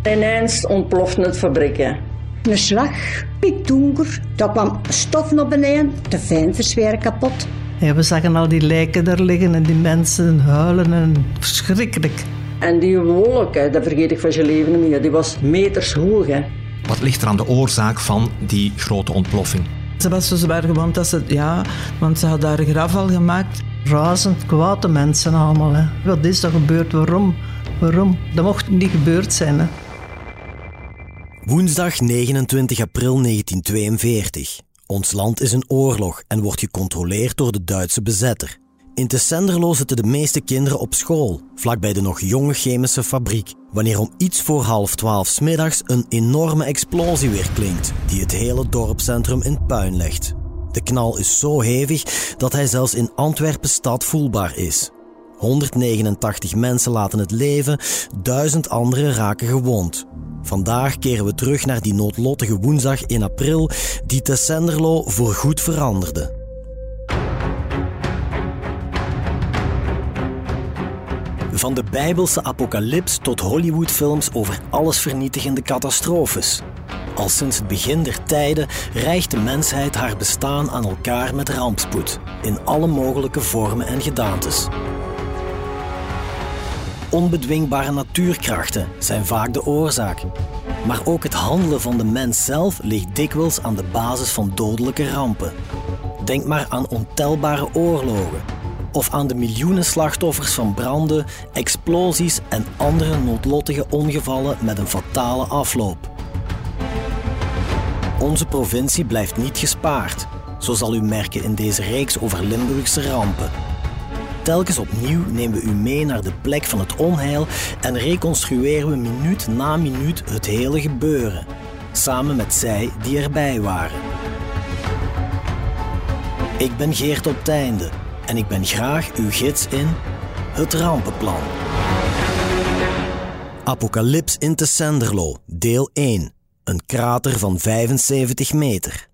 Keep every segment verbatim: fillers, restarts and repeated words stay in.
Ineens ontplofte het fabriekje. Een slag, pikdonker, daar kwam stof naar beneden, de vensters werden kapot. Ja, we zagen al die lijken daar liggen en die mensen huilen en verschrikkelijk. En die wolk, dat vergeet ik van je leven niet meer, die was meters hoog. Hè. Wat ligt er aan de oorzaak van die grote ontploffing? Ze was zo zwaar gewond dat ze, ja, want ze had daar een grafval gemaakt. Razend kwade mensen allemaal. Hè. Wat is er gebeurd? Waarom? Waarom? Dat mocht niet gebeurd zijn. Hè. Woensdag negenentwintig april negentien tweeënveertig. Ons land is in oorlog en wordt gecontroleerd door de Duitse bezetter. In Tessenderlo zitten de meeste kinderen op school, vlakbij de nog jonge chemische fabriek, wanneer om iets voor half twaalf 's middags een enorme explosie weer klinkt, die het hele dorpscentrum in puin legt. De knal is zo hevig dat hij zelfs in Antwerpen stad voelbaar is. honderdnegenentachtig mensen laten het leven, duizend anderen raken gewond. Vandaag keren we terug naar die noodlottige woensdag in april die Tessenderlo voorgoed veranderde. Van de Bijbelse apocalyps tot Hollywoodfilms over allesvernietigende catastrofes. Al sinds het begin der tijden rijgt de mensheid haar bestaan aan elkaar met rampspoed, in alle mogelijke vormen en gedaantes. Onbedwingbare natuurkrachten zijn vaak de oorzaak. Maar ook het handelen van de mens zelf ligt dikwijls aan de basis van dodelijke rampen. Denk maar aan ontelbare oorlogen. Of aan de miljoenen slachtoffers van branden, explosies en andere noodlottige ongevallen met een fatale afloop. Onze provincie blijft niet gespaard. Zo zal u merken in deze reeks over Limburgse rampen. Telkens opnieuw nemen we u mee naar de plek van het onheil en reconstrueren we minuut na minuut het hele gebeuren. Samen met zij die erbij waren. Ik ben Geert op Teinde en ik ben graag uw gids in Het Rampenplan. Apocalyps in Tessenderlo, deel één. Een krater van vijfenzeventig meter.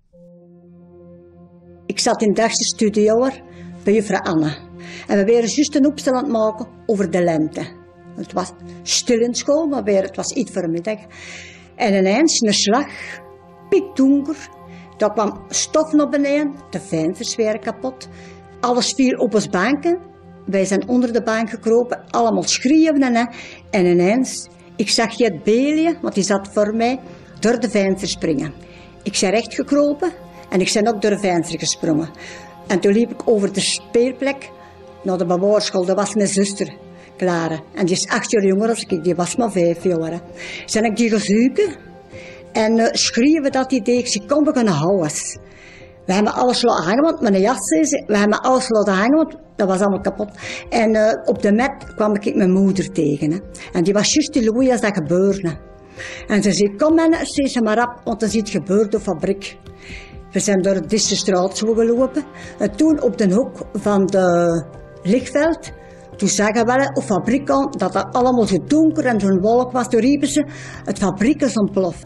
Ik zat in de dagste studio bij juffrouw Anne. En we waren juist een opstel aan het maken over de lente. Het was stil in school, maar weer, het was iets voor een middag. En ineens een slag, pikdonker. Daar kwam stof naar beneden, de vensters werden kapot. Alles viel op ons banken. Wij zijn onder de bank gekropen, allemaal schreeuwen. En, en ineens, ik zag je het beelje, want die zat voor mij, door de venster springen. Ik ben recht gekropen en ik ben ook door de venster gesprongen. En toen liep ik over de speelplek naar de bewaarschool. Dat was mijn zuster, Clara. En die is acht jaar jonger dan ik, die was maar vijf jaar. Zijn ik die gaan zoeken en uh, schreeuwen dat die deed. Ik zei, kom, we gaan naar huis. We hebben alles laten hangen, want mijn jas is, we hebben alles laten hangen, want dat was allemaal kapot. En uh, op de mat kwam ik mijn moeder tegen. Hè. En die was juist die Louis als dat gebeurde. En ze zei, kom men, zei ze maar op, want dan ziet het gebeurd op de fabriek. We zijn door de straat zo gelopen. En toen op de hoek van de lichtveld, toen zagen we op fabriek aan dat dat allemaal zo donker en zo'n wolk was. Toen riepen ze, het fabriek is ontploft.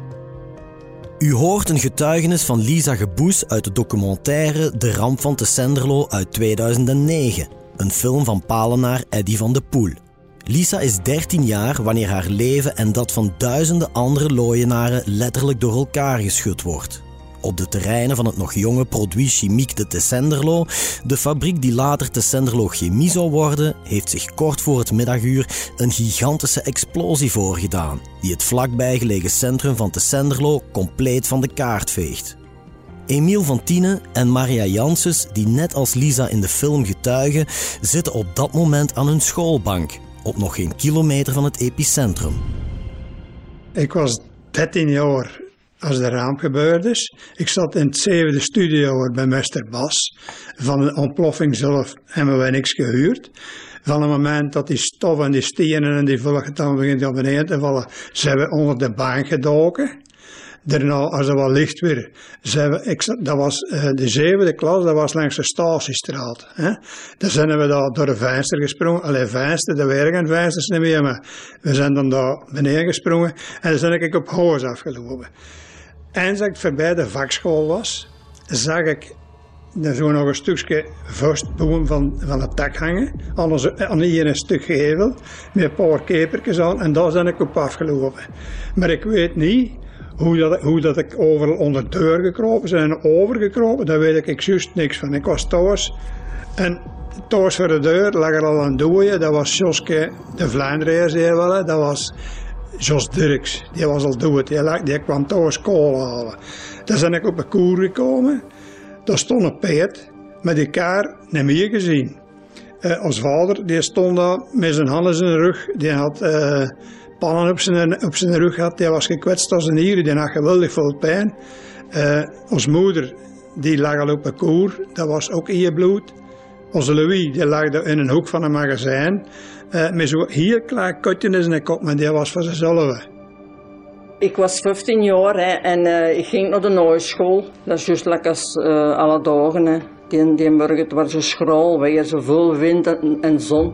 U hoort een getuigenis van Lisa Geboes uit de documentaire De Ramp van Tessenderlo uit tweeduizend negen. Een film van palenaar Eddy van de Poel. Lisa is dertien jaar wanneer haar leven en dat van duizenden andere Looienaren letterlijk door elkaar geschud wordt. Op de terreinen van het nog jonge Produit Chimique de Tessenderlo, de fabriek die later Tessenderlo Chemie zou worden, heeft zich kort voor het middaguur een gigantische explosie voorgedaan, die het vlakbij gelegen centrum van Tessenderlo compleet van de kaart veegt. Emiel van Tiene en Maria Janssens, die net als Lisa in de film getuigen, zitten op dat moment aan hun schoolbank, op nog geen kilometer van het epicentrum. Ik was dertien jaar als de ramp gebeurd is. Ik zat in het zevende studio bij meester Bas. Van de ontploffing zelf hebben wij niks gehuurd. Van het moment dat die stof en die stenen en die vulgetal begint naar beneden te vallen, zijn we onder de bank gedoken. Daarna, als er wat licht weer, zijn we, ik, dat was uh, de zevende klas, dat was langs de Stasiestraat. Hè? Dan zijn we daar door de venster gesprongen. Allee, venster, er waren geen vensters niet meer, maar we zijn dan daar beneden gesprongen. En dan ben ik op huis afgelopen. En als ik voorbij de vakschool was, zag ik Er zou nog een stukje vastboom van, van het dak hangen. Anders aan hier een stuk gevel met een paar kepertjes aan en daar ben ik op afgelopen. Maar ik weet niet hoe dat, hoe dat ik overal onder de deur gekropen ben en overgekropen. Daar weet ik juist niks van. Ik was thuis en thuis voor de deur lag er al een dooie. Dat was Joske de Vlaanderen zeer wel. Dat was Jos Dirks. Die was al dood. Die, lag, die kwam thuis kool halen. Daar ben ik op een koer gekomen. Daar stond een paard met die kaar niet meer gezien. Uh, ons vader die stond daar met zijn handen in zijn rug. Die had uh, pannen op zijn, op zijn rug gehad. Die was gekwetst als een nieren. Die had geweldig veel pijn. Uh, ons moeder die lag al op een koer. Dat was ook bloed. Onze Louis die lag in een hoek van een magazijn. Uh, met zo'n heel klein kutje in zijn kop. Maar die was voor zichzelf. Ik was vijftien jaar hè, en uh, ik ging naar de nooischool. Dat is juist lekker als uh, alle dagen. Hè. Die, die morgen het was zo schraal, weer zo vol wind en, en zon.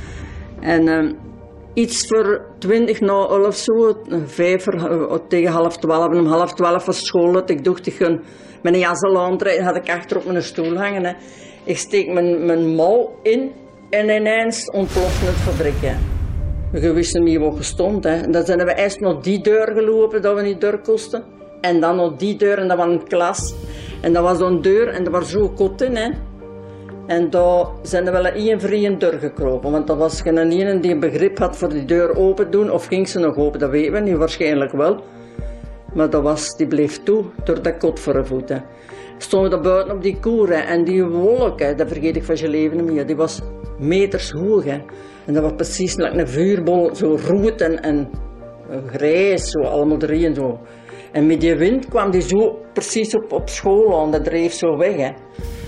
En uh, iets voor twintig na elf zo, vijf uh, tegen half twaalf. En om half twaalf was school dat ik dacht, ik ga mijn jas al aantrekken. Had ik achter op mijn stoel hangen. Hè. Ik steek mijn, mijn mouw in en ineens ontplofte het fabriek. Hè. We wisten niet waar stond. Hè. En dan zijn we eerst naar die deur gelopen, dat we niet deur kosten. En dan naar die deur, en dat was een klas. En dat was zo'n deur, en dat was zo kot in. Hè. En daar zijn we wel één voor één deur gekropen. Want dat was geen ene die een begrip had voor die deur open doen. Of ging ze nog open, dat weten we niet, waarschijnlijk wel. Maar dat was, die bleef toe, door dat kot voor de voeten. Stonden we daar buiten op die koeren. En die wolk, hè, dat vergeet ik van je leven niet meer. Die was meters hoog. Hè. En dat was precies like een vuurbol, zo roet en, en grijs, zo allemaal erin. Zo. En met die wind kwam die zo precies op, op school aan, dat dreef zo weg. Hè.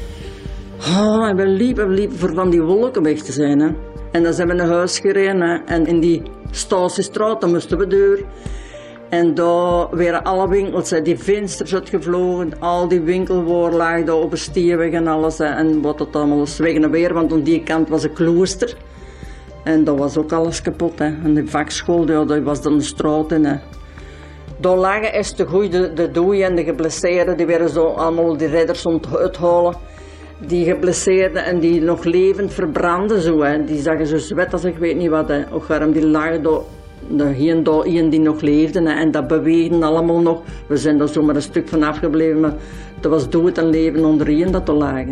Oh, en we liepen, we liepen voor van die wolken weg te zijn. Hè. En dan zijn we naar huis gereden. Hè. En in die Stasiestraat, dan moesten we deur. En daar waren alle winkels, hè. Die vensters uitgevlogen, al die winkelwaar lag daar op een stierweg en alles. Hè. En wat dat allemaal was weg en weer, want aan die kant was een klooster. En dat was ook alles kapot. Hè. En de vakschool, ja, dat was dan de straat in. Hè. Daar lagen eerst de goeie, de, de dooien en de geblesseerden, die werden zo allemaal die redders uithalen. Die geblesseerden en die nog levend verbranden zo. Hè. Die zagen zo zwet als ik weet niet wat. Hè. Och, waarom die lagen daar. Er ging daar iemand die nog leefde hè, en dat beweegden allemaal nog. We zijn daar zomaar een stuk van afgebleven, maar er was dood en leven onderin dat er lagen.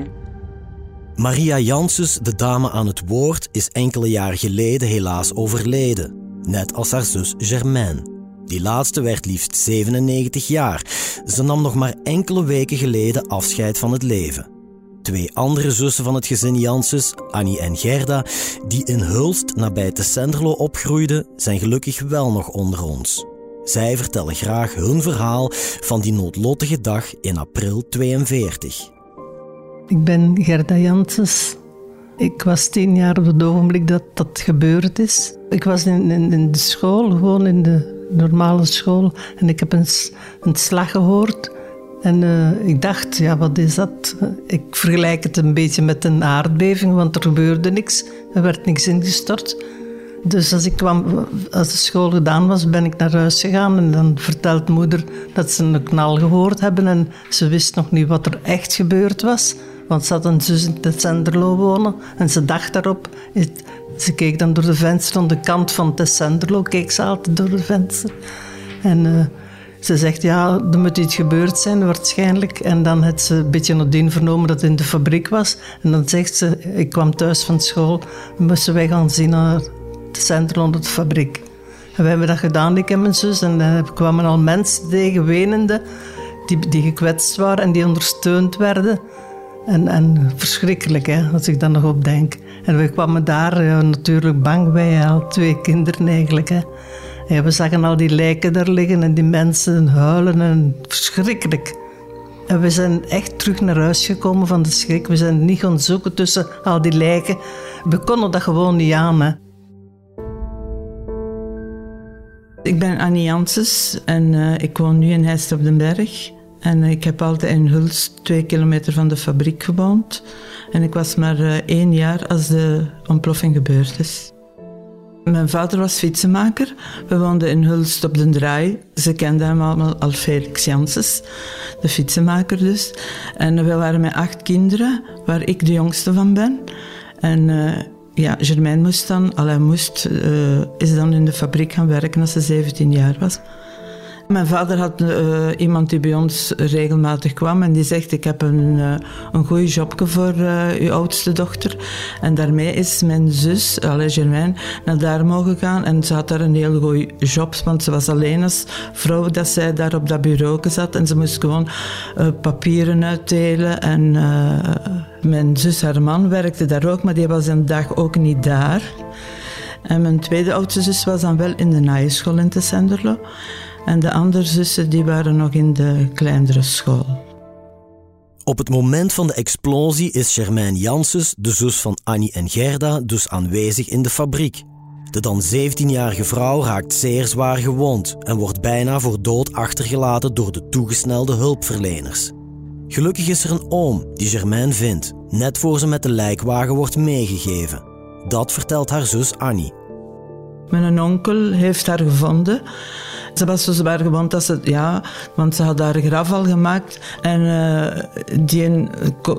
Maria Janssens, de dame aan het woord, is enkele jaren geleden helaas overleden. Net als haar zus Germaine. Die laatste werd liefst zevenennegentig jaar. Ze nam nog maar enkele weken geleden afscheid van het leven. Twee andere zussen van het gezin Janssens, Annie en Gerda, die in Hulst nabij Tessenderlo opgroeiden, zijn gelukkig wel nog onder ons. Zij vertellen graag hun verhaal van die noodlottige dag in april tweeënveertig. Ik ben Gerda Janssens. Ik was tien jaar op het ogenblik dat dat gebeurd is. Ik was in, in, in de school, gewoon in de normale school, en ik heb een, een slag gehoord. En uh, ik dacht, ja, wat is dat? Ik vergelijk het een beetje met een aardbeving, want er gebeurde niks. Er werd niks ingestort. Dus als ik kwam, als de school gedaan was, ben ik naar huis gegaan. En dan vertelt moeder dat ze een knal gehoord hebben. En ze wist nog niet wat er echt gebeurd was. Want ze had een zus in Tessenderlo wonen. En ze dacht daarop. Ze keek dan door de venster, aan de kant van Tessenderlo keek ze altijd door de venster. En... Uh, Ze zegt, ja, er moet iets gebeurd zijn waarschijnlijk. En dan had ze een beetje nadien vernomen dat het in de fabriek was. En dan zegt ze, ik kwam thuis van school, moesten wij gaan zien naar het centrum onder de fabriek. En we hebben dat gedaan, ik en mijn zus. En er kwamen al mensen tegen, wenende, die, die gekwetst waren en die ondersteund werden. En, en verschrikkelijk, hè, als ik daar nog op denk. En we kwamen daar ja, natuurlijk bang, wij al twee kinderen eigenlijk, hè. Ja, we zagen al die lijken daar liggen en die mensen huilen en verschrikkelijk. En we zijn echt terug naar huis gekomen van de schrik. We zijn niet gaan zoeken tussen al die lijken. We konden dat gewoon niet aan. Hè. Ik ben Annie Janssens en uh, ik woon nu in Heist op den Berg. En uh, ik heb altijd in Hulst, twee kilometer van de fabriek gewoond. En ik was maar uh, één jaar als de ontploffing gebeurd is. Mijn vader was fietsenmaker. We woonden in Hulst op den Draai. Ze kenden hem allemaal als Felix Janssens, de fietsenmaker dus. En we waren met acht kinderen, waar ik de jongste van ben. En uh, ja, Germaine moest dan, Alain moest, uh, is dan in de fabriek gaan werken als ze zeventien jaar was. Mijn vader had uh, iemand die bij ons regelmatig kwam en die zegt, ik heb een, uh, een goede jobje voor uh, uw oudste dochter. En daarmee is mijn zus, allez, Germaine, naar daar mogen gaan. En ze had daar een heel goede job, want ze was alleen als vrouw dat zij daar op dat bureau zat. En ze moest gewoon uh, papieren uitdelen. En uh, mijn zus, haar man, werkte daar ook, maar die was een dag ook niet daar. En mijn tweede oudste zus was dan wel in de naaischool in Tessenderlo. En de andere zussen die waren nog in de kleinere school. Op het moment van de explosie is Germaine Janssens, de zus van Annie en Gerda, dus aanwezig in de fabriek. De dan zeventienjarige vrouw raakt zeer zwaar gewond en wordt bijna voor dood achtergelaten door de toegesnelde hulpverleners. Gelukkig is er een oom die Germaine vindt, net voor ze met de lijkwagen wordt meegegeven. Dat vertelt haar zus Annie. Mijn onkel heeft haar gevonden. Ze was zo zwaar gewond dat ze, ja, want ze had haar graf al gemaakt. En uh, die,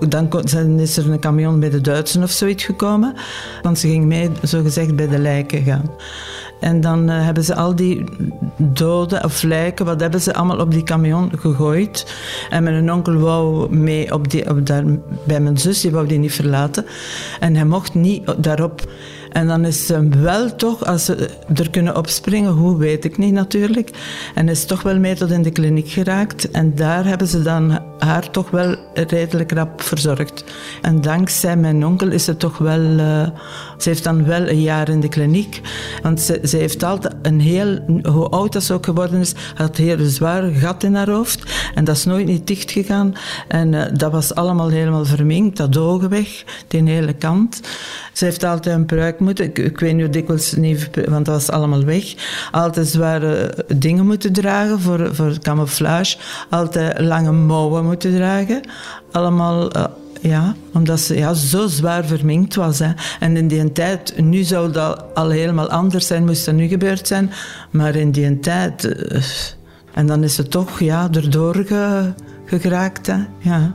dan is er een camion bij de Duitsers of zoiets gekomen. Want ze ging mee, zogezegd, bij de lijken gaan. En dan uh, hebben ze al die doden of lijken, wat hebben ze allemaal op die camion gegooid. En mijn onkel wou mee op die, op daar, bij mijn zus, die wou die niet verlaten. En hij mocht niet daarop. En dan is ze wel toch, als ze er kunnen opspringen, hoe weet ik niet natuurlijk. En is toch wel mee tot in de kliniek geraakt. En daar hebben ze dan haar toch wel redelijk rap verzorgd. En dankzij mijn onkel is ze toch wel... Uh, ze heeft dan wel een jaar in de kliniek. Want ze, ze heeft altijd een heel... Hoe oud dat ze ook geworden is, had een heel zwaar gat in haar hoofd. En dat is nooit niet dicht gegaan. En uh, dat was allemaal helemaal verminkt. Dat ogen weg, die hele kant. Ze heeft altijd een pruik moeten. Ik, ik weet nu dikwijls niet, want dat was allemaal weg. Altijd zware dingen moeten dragen voor, voor camouflage. Altijd lange mouwen moeten dragen. Allemaal, uh, ja, omdat ze ja, zo zwaar verminkt was. Hè. En in die tijd, nu zou dat al helemaal anders zijn, moest dat nu gebeurd zijn. Maar in die tijd... Uh, en dan is ze toch ja, erdoor ge, geraakt. Hè. Ja.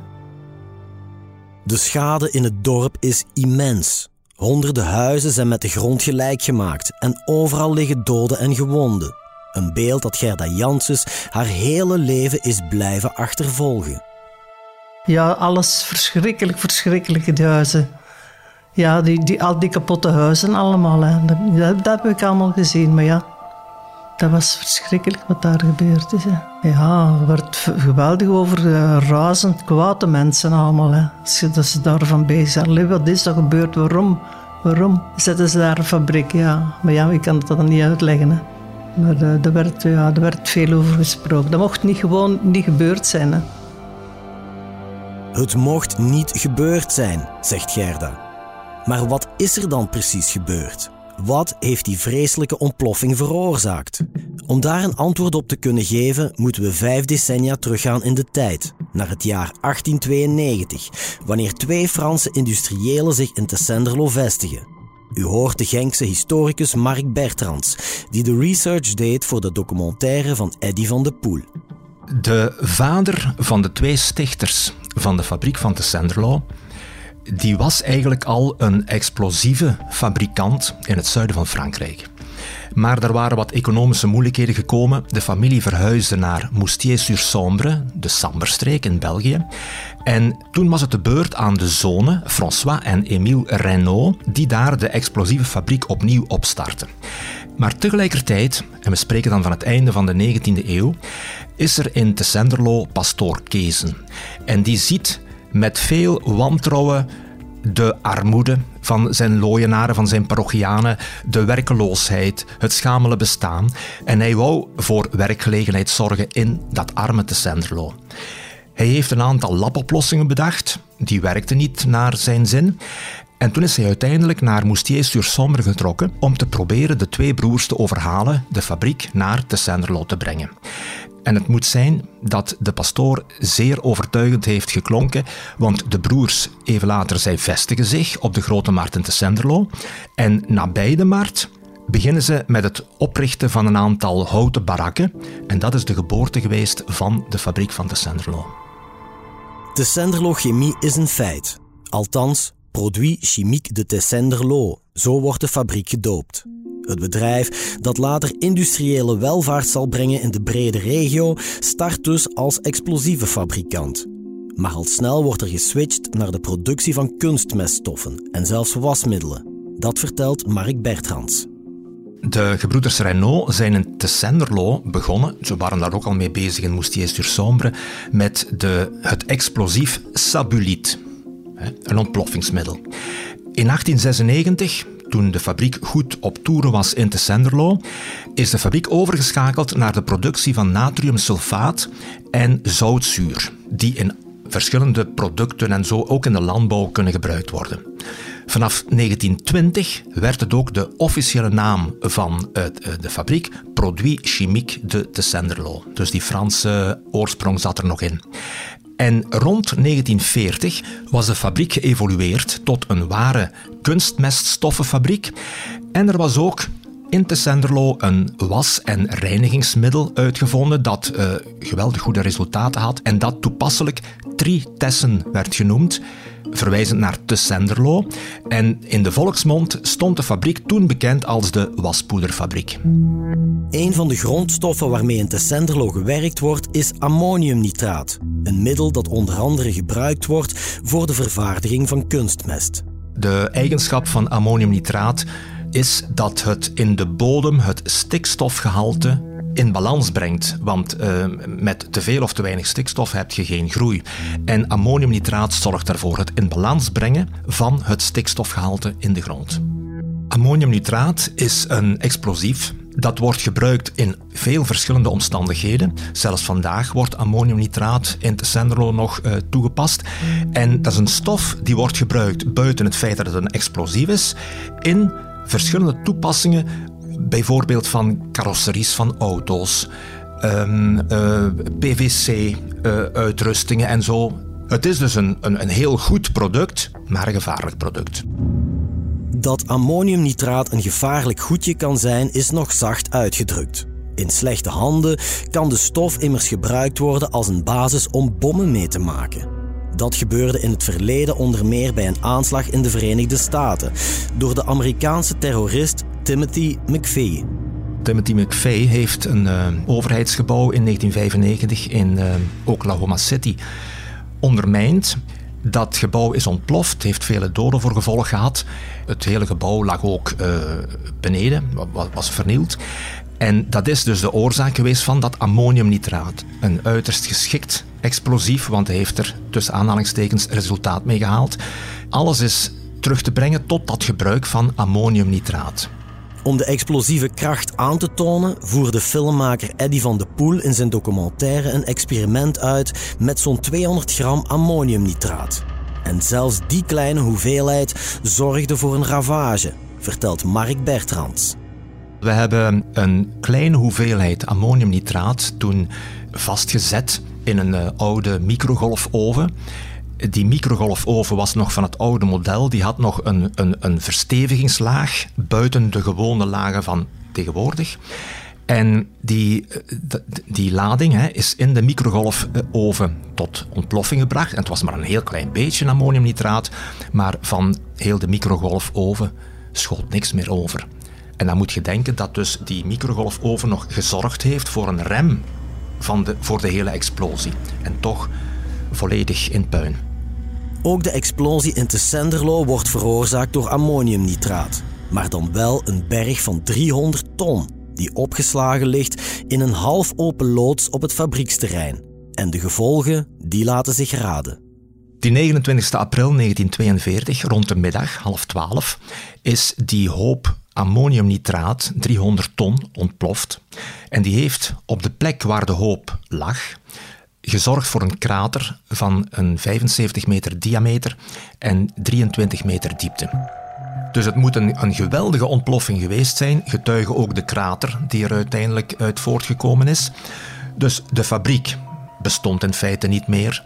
De schade in het dorp is immens. Honderden huizen zijn met de grond gelijk gemaakt en overal liggen doden en gewonden. Een beeld dat Gerda Janssens haar hele leven is blijven achtervolgen. Ja, alles verschrikkelijk, verschrikkelijke huizen. Ja, die, die, al die kapotte huizen allemaal. Hè. Dat, dat heb ik allemaal gezien, maar ja, dat was verschrikkelijk wat daar gebeurd is. Hè. Ja, er werd geweldig over uh, razend kwade mensen allemaal. Hè. Als je, dat ze daarvan bezig zijn. Wat is er gebeurd? Waarom? Waarom zetten ze daar een fabriek? Ja, maar ja, ik kan het dan niet uitleggen. Hè. Maar uh, er, werd, ja, er werd veel over gesproken. Dat mocht niet gewoon niet gebeurd zijn. Hè. Het mocht niet gebeurd zijn, zegt Gerda. Maar wat is er dan precies gebeurd? Wat heeft die vreselijke ontploffing veroorzaakt? Om daar een antwoord op te kunnen geven, moeten we vijf decennia teruggaan in de tijd, naar het jaar achttien tweeënnegentig, wanneer twee Franse industriëlen zich in Tessenderlo vestigen. U hoort de Genkse historicus Mark Bertrands, die de research deed voor de documentaire van Eddy van de Poel. De vader van de twee stichters van de fabriek van Tessenderlo, die was eigenlijk al een explosieve fabrikant in het zuiden van Frankrijk. Maar er waren wat economische moeilijkheden gekomen. De familie verhuisde naar Moustiers-sur-Sambre, de Samberstreek in België. En toen was het de beurt aan de zonen, François en Émile Reynaud, die daar de explosieve fabriek opnieuw opstarten. Maar tegelijkertijd, en we spreken dan van het einde van de negentiende eeuw, is er in Tessenderlo pastoor Kezen. En die ziet met veel wantrouwen de armoede van zijn looienaren, van zijn parochianen, de werkeloosheid, het schamele bestaan. En hij wou voor werkgelegenheid zorgen in dat arme Tessenderlo. Hij heeft een aantal laboplossingen bedacht, die werkten niet naar zijn zin. En toen is hij uiteindelijk naar Moustiers-sur-Sambre getrokken om te proberen de twee broers te overhalen de fabriek naar Tessenderlo te brengen. En het moet zijn dat de pastoor zeer overtuigend heeft geklonken, want de broers even later zij vestigen zich op de grote markt in Tessenderlo. En nabij de markt beginnen ze met het oprichten van een aantal houten barakken. En dat is de geboorte geweest van de fabriek van Tessenderlo. Tessenderlo Chemie is een feit. Althans, Produits Chimiques de Tessenderlo, zo wordt de fabriek gedoopt. Het bedrijf dat later industriële welvaart zal brengen in de brede regio, start dus als explosievenfabrikant. Maar al snel wordt er geswitcht naar de productie van kunstmeststoffen en zelfs wasmiddelen. Dat vertelt Mark Bertrands. De gebroeders Renault zijn in Tessenderlo begonnen, ze waren daar ook al mee bezig in Moustiers-sur-Sombre, met de, het explosief Sabuliet, een ontploffingsmiddel. In achttien zesennegentig, toen de fabriek goed op toeren was in Tessenderlo, is de fabriek overgeschakeld naar de productie van natriumsulfaat en zoutzuur, die in verschillende producten en zo ook in de landbouw kunnen gebruikt worden. Vanaf negentien twintig werd het ook de officiële naam van de fabriek Produits Chimiques de Tessenderlo. Dus die Franse oorsprong zat er nog in. En rond negentien veertig was de fabriek geëvolueerd tot een ware kunstmeststoffenfabriek. En er was ook in Tessenderlo een was- en reinigingsmiddel uitgevonden dat uh, geweldig goede resultaten had en dat toepasselijk Tritessen werd genoemd, verwijzend naar Tessenderlo. En in de volksmond stond de fabriek toen bekend als de waspoederfabriek. Een van de grondstoffen waarmee in Tessenderlo gewerkt wordt is ammoniumnitraat. Een middel dat onder andere gebruikt wordt voor de vervaardiging van kunstmest. De eigenschap van ammoniumnitraat is dat het in de bodem het stikstofgehalte in balans brengt. Want uh, met te veel of te weinig stikstof heb je geen groei. En ammoniumnitraat zorgt ervoor het in balans brengen van het stikstofgehalte in de grond. Ammoniumnitraat is een explosief. Dat wordt gebruikt in veel verschillende omstandigheden. Zelfs vandaag wordt ammoniumnitraat in Tessenderlo nog uh, toegepast. En dat is een stof die wordt gebruikt buiten het feit dat het een explosief is, in verschillende toepassingen, bijvoorbeeld van carrosseries van auto's, um, uh, P V C-uitrustingen uh, en zo. Het is dus een, een, een heel goed product, maar een gevaarlijk product. Dat ammoniumnitraat een gevaarlijk goedje kan zijn, is nog zacht uitgedrukt. In slechte handen kan de stof immers gebruikt worden als een basis om bommen mee te maken. Dat gebeurde in het verleden onder meer bij een aanslag in de Verenigde Staten door de Amerikaanse terrorist Timothy McVeigh. Timothy McVeigh heeft een uh, overheidsgebouw in negentien vijfennegentig in uh, Oklahoma City ondermijnd. Dat gebouw is ontploft, heeft vele doden voor gevolg gehad. Het hele gebouw lag ook uh, beneden, was vernield. En dat is dus de oorzaak geweest van dat ammoniumnitraat. Een uiterst geschikt explosief, want hij heeft er tussen aanhalingstekens resultaat mee gehaald. Alles is terug te brengen tot dat gebruik van ammoniumnitraat. Om de explosieve kracht aan te tonen, voerde filmmaker Eddy van de Poel in zijn documentaire een experiment uit met zo'n tweehonderd gram ammoniumnitraat. En zelfs die kleine hoeveelheid zorgde voor een ravage, vertelt Mark Bertrands. We hebben een kleine hoeveelheid ammoniumnitraat toen vastgezet in een uh, oude microgolfoven. Die microgolfoven was nog van het oude model. Die had nog een, een, een verstevigingslaag buiten de gewone lagen van tegenwoordig. En die, die lading hè, is in de microgolfoven tot ontploffing gebracht. En het was maar een heel klein beetje ammoniumnitraat, maar van heel de microgolfoven schoot niks meer over. En dan moet je denken dat dus die microgolfoven nog gezorgd heeft voor een rem van de, voor de hele explosie. En toch volledig in puin. Ook de explosie in Tessenderlo wordt veroorzaakt door ammoniumnitraat. Maar dan wel een berg van driehonderd ton, die opgeslagen ligt in een half open loods op het fabrieksterrein. En de gevolgen, die laten zich raden. Die negenentwintigste april negentien tweeënveertig, rond de middag, half twaalf, is die hoop ammoniumnitraat, driehonderd ton, ontploft. En die heeft op de plek waar de hoop lag gezorgd voor een krater van een vijfenzeventig meter diameter en drieëntwintig meter diepte. Dus het moet een, een geweldige ontploffing geweest zijn, getuige ook de krater die er uiteindelijk uit voortgekomen is. Dus de fabriek bestond in feite niet meer.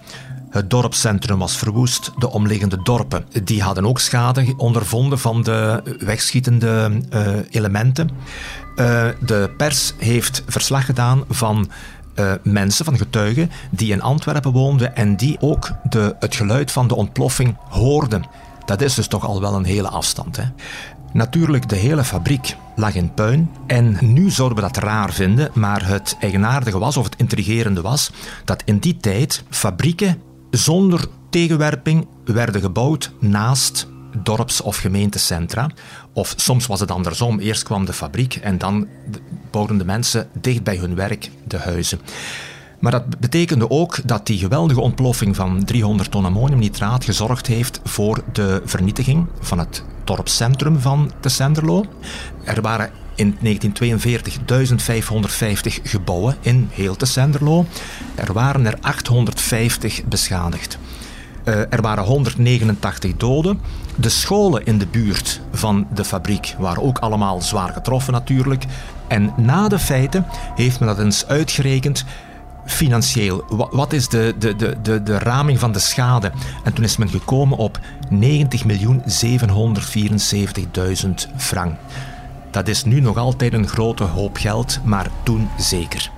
Het dorpscentrum was verwoest. De omliggende dorpen die hadden ook schade ondervonden van de wegschietende uh, elementen. Uh, de pers heeft verslag gedaan van uh, mensen, van getuigen, die in Antwerpen woonden en die ook de, het geluid van de ontploffing hoorden. Dat is dus toch al wel een hele afstand, hè? Natuurlijk, de hele fabriek lag in puin. En nu zouden we dat raar vinden, maar het eigenaardige was, of het intrigerende was, dat in die tijd fabrieken zonder tegenwerping werden gebouwd naast dorps- of gemeentecentra. Of soms was het andersom. Eerst kwam de fabriek en dan bouwden de mensen dicht bij hun werk de huizen. Maar dat betekende ook dat die geweldige ontploffing van driehonderd ton ammoniumnitraat gezorgd heeft voor de vernietiging van het dorpscentrum van Tessenderlo. Er waren in negentien tweeënveertig duizend vijfhonderdvijftig gebouwen in heel Tessenderlo. Er waren er achthonderdvijftig beschadigd. Uh, er waren honderdnegenentachtig doden. De scholen in de buurt van de fabriek waren ook allemaal zwaar getroffen natuurlijk. En na de feiten heeft men dat eens uitgerekend. Financieel, wat is de, de, de, de, de raming van de schade? En toen is men gekomen op negentig miljoen zevenhonderdvierenzeventigduizend frank. Dat is nu nog altijd een grote hoop geld, maar toen zeker.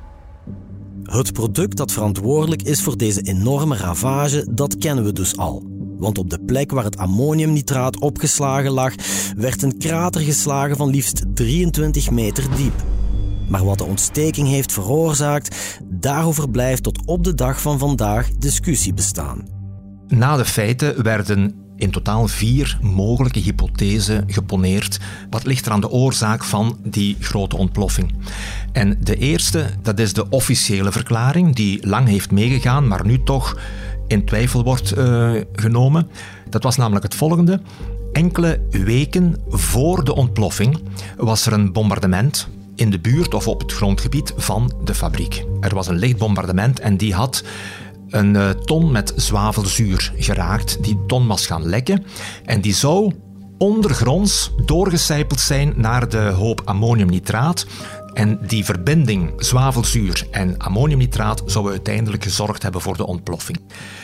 Het product dat verantwoordelijk is voor deze enorme ravage, dat kennen we dus al. Want op de plek waar het ammoniumnitraat opgeslagen lag, werd een krater geslagen van liefst drieëntwintig meter diep. Maar wat de ontsteking heeft veroorzaakt, daarover blijft tot op de dag van vandaag discussie bestaan. Na de feiten werden in totaal vier mogelijke hypothesen geponeerd. Wat ligt er aan de oorzaak van die grote ontploffing? En de eerste, dat is de officiële verklaring, die lang heeft meegegaan, maar nu toch in twijfel wordt uh, genomen. Dat was namelijk het volgende. Enkele weken voor de ontploffing was er een bombardement in de buurt of op het grondgebied van de fabriek. Er was een licht bombardement en die had een uh, ton met zwavelzuur geraakt. Die ton was gaan lekken en die zou ondergronds doorgecijpeld zijn naar de hoop ammoniumnitraat. En die verbinding zwavelzuur en ammoniumnitraat zou uiteindelijk gezorgd hebben voor de ontploffing.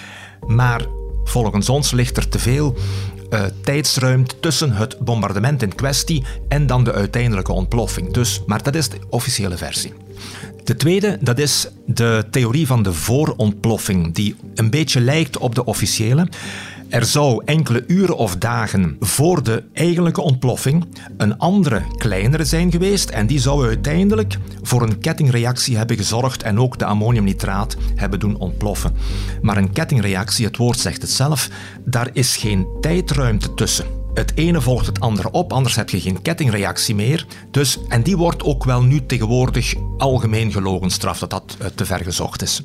Maar volgens ons ligt er te veel uh, tijdsruimte tussen het bombardement in kwestie en dan de uiteindelijke ontploffing. Dus, maar dat is de officiële versie. De tweede, dat is de theorie van de voorontploffing, die een beetje lijkt op de officiële. Er zou enkele uren of dagen voor de eigenlijke ontploffing een andere, kleinere zijn geweest en die zou uiteindelijk voor een kettingreactie hebben gezorgd en ook de ammoniumnitraat hebben doen ontploffen. Maar een kettingreactie, het woord zegt het zelf, daar is geen tijdruimte tussen. Het ene volgt het andere op, anders heb je geen kettingreactie meer. Dus, en die wordt ook wel nu tegenwoordig algemeen gelogenstraft, dat dat te ver gezocht is.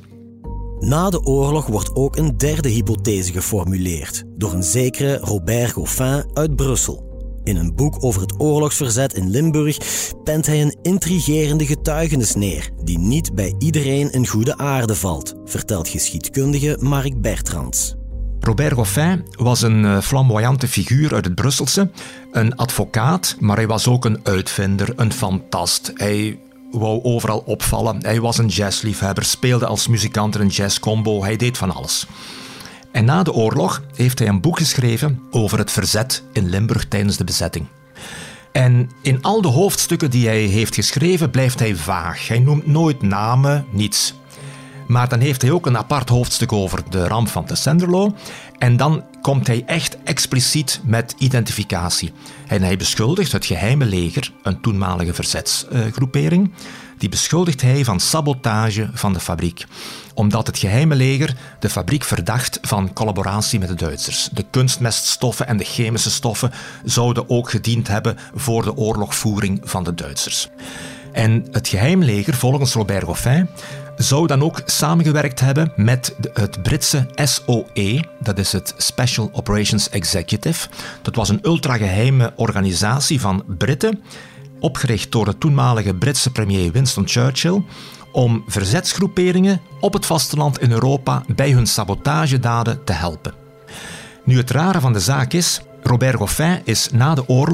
Na de oorlog wordt ook een derde hypothese geformuleerd door een zekere Robert Goffin uit Brussel. In een boek over het oorlogsverzet in Limburg pent hij een intrigerende getuigenis neer die niet bij iedereen in goede aarde valt, vertelt geschiedkundige Mark Bertrands. Robert Goffin was een flamboyante figuur uit het Brusselse, een advocaat, maar hij was ook een uitvinder, een fantast. Hij wou overal opvallen. Hij was een jazzliefhebber, speelde als muzikant in een jazzcombo, hij deed van alles. En na de oorlog heeft hij een boek geschreven over het verzet in Limburg tijdens de bezetting. En in al de hoofdstukken die hij heeft geschreven blijft hij vaag. Hij noemt nooit namen, niets. Maar dan heeft hij ook een apart hoofdstuk over de ramp van Tessenderlo. En dan komt hij echt expliciet met identificatie. En hij beschuldigt het geheime leger, een toenmalige verzetsgroepering, die beschuldigt hij van sabotage van de fabriek. Omdat het geheime leger de fabriek verdacht van collaboratie met de Duitsers. De kunstmeststoffen en de chemische stoffen zouden ook gediend hebben voor de oorlogvoering van de Duitsers. En het geheime leger, volgens Robert Goffin, zou dan ook samengewerkt hebben met het Britse S O E, dat is het Special Operations Executive. Dat was een ultrageheime organisatie van Britten, opgericht door de toenmalige Britse premier Winston Churchill, om verzetsgroeperingen op het vasteland in Europa bij hun sabotagedaden te helpen. Nu, het rare van de zaak is, Robert Goffin is na de oorlog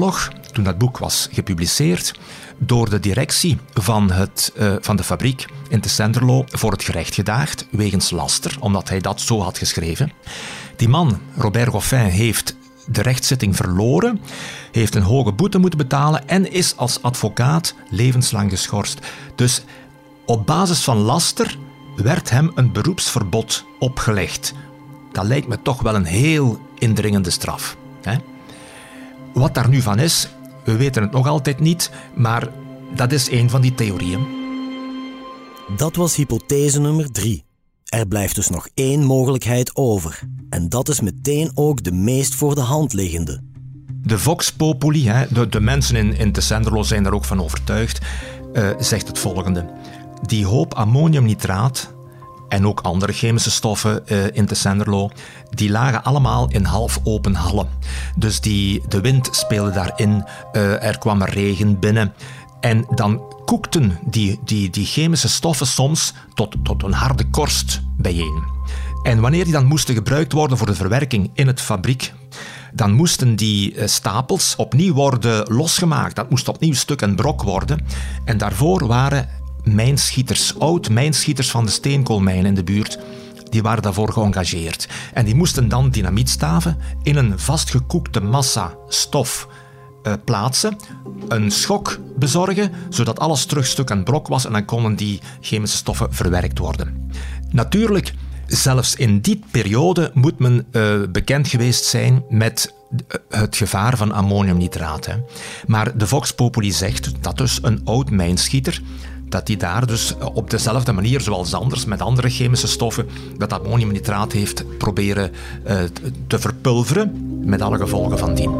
toen dat boek was gepubliceerd, door de directie van, het, uh, van de fabriek in Tessenderlo voor het gerecht gedaagd, wegens laster, omdat hij dat zo had geschreven. Die man, Robert Goffin, heeft de rechtszitting verloren, heeft een hoge boete moeten betalen en is als advocaat levenslang geschorst. Dus op basis van laster werd hem een beroepsverbod opgelegd. Dat lijkt me toch wel een heel indringende straf. Hè? Wat daar nu van is, we weten het nog altijd niet, maar dat is een van die theorieën. Dat was hypothese nummer drie. Er blijft dus nog één mogelijkheid over. En dat is meteen ook de meest voor de hand liggende. De Vox Populi, hè, de, de mensen in, in Tessenderlo zijn er ook van overtuigd, uh, zegt het volgende. Die hoop ammoniumnitraat en ook andere chemische stoffen uh, in Tessenderlo, die lagen allemaal in half open hallen. Dus die, de wind speelde daarin, uh, er kwam regen binnen. En dan koekten die, die, die chemische stoffen soms tot, tot een harde korst bijeen. En wanneer die dan moesten gebruikt worden voor de verwerking in het fabriek, dan moesten die stapels opnieuw worden losgemaakt. Dat moest opnieuw stuk en brok worden. En daarvoor waren mijnschieters, oud-mijnschieters van de steenkoolmijn in de buurt, die waren daarvoor geëngageerd. En die moesten dan dynamietstaven in een vastgekoekte massa stof uh, plaatsen, een schok bezorgen, zodat alles terug stuk en brok was en dan konden die chemische stoffen verwerkt worden. Natuurlijk, zelfs in die periode moet men uh, bekend geweest zijn met het gevaar van ammoniumnitraat. Hè. Maar de Vox Populi zegt dat dus een oud mijnschieter, dat die daar dus op dezelfde manier zoals anders met andere chemische stoffen dat ammoniumnitraat heeft proberen uh, te verpulveren, met alle gevolgen van dien.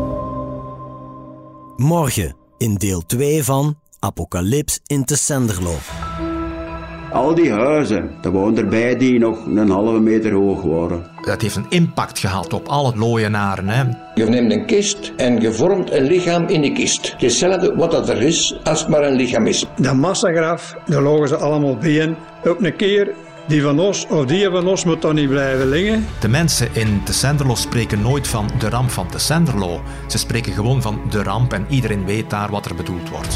Morgen in deel twee van Apocalyps in Tessenderlo. Al die huizen, er wonen erbij die nog een halve meter hoog waren. Dat heeft een impact gehad op alle Looienaren. Hè. Je neemt een kist en je vormt een lichaam in die kist. Het is hetzelfde wat dat er is, als het maar een lichaam is. Dat massagraf, daar lagen ze allemaal bijeen. Ook een keer, die van ons of die van ons moet dan niet blijven liggen. De mensen in Tessenderlo spreken nooit van de ramp van Tessenderlo. Ze spreken gewoon van de ramp en iedereen weet daar wat er bedoeld wordt.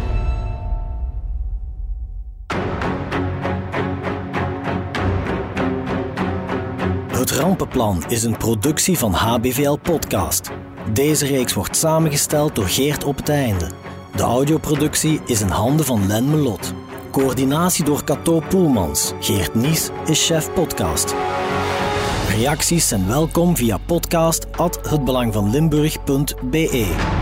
Het Rampenplan is een productie van H B V L Podcast. Deze reeks wordt samengesteld door Geert Op het Einde. De audioproductie is in handen van Len Melot. Coördinatie door Cato Poelmans. Geert Nies is chef podcast. Reacties zijn welkom via podcast at hetbelangvanlimburg punt be.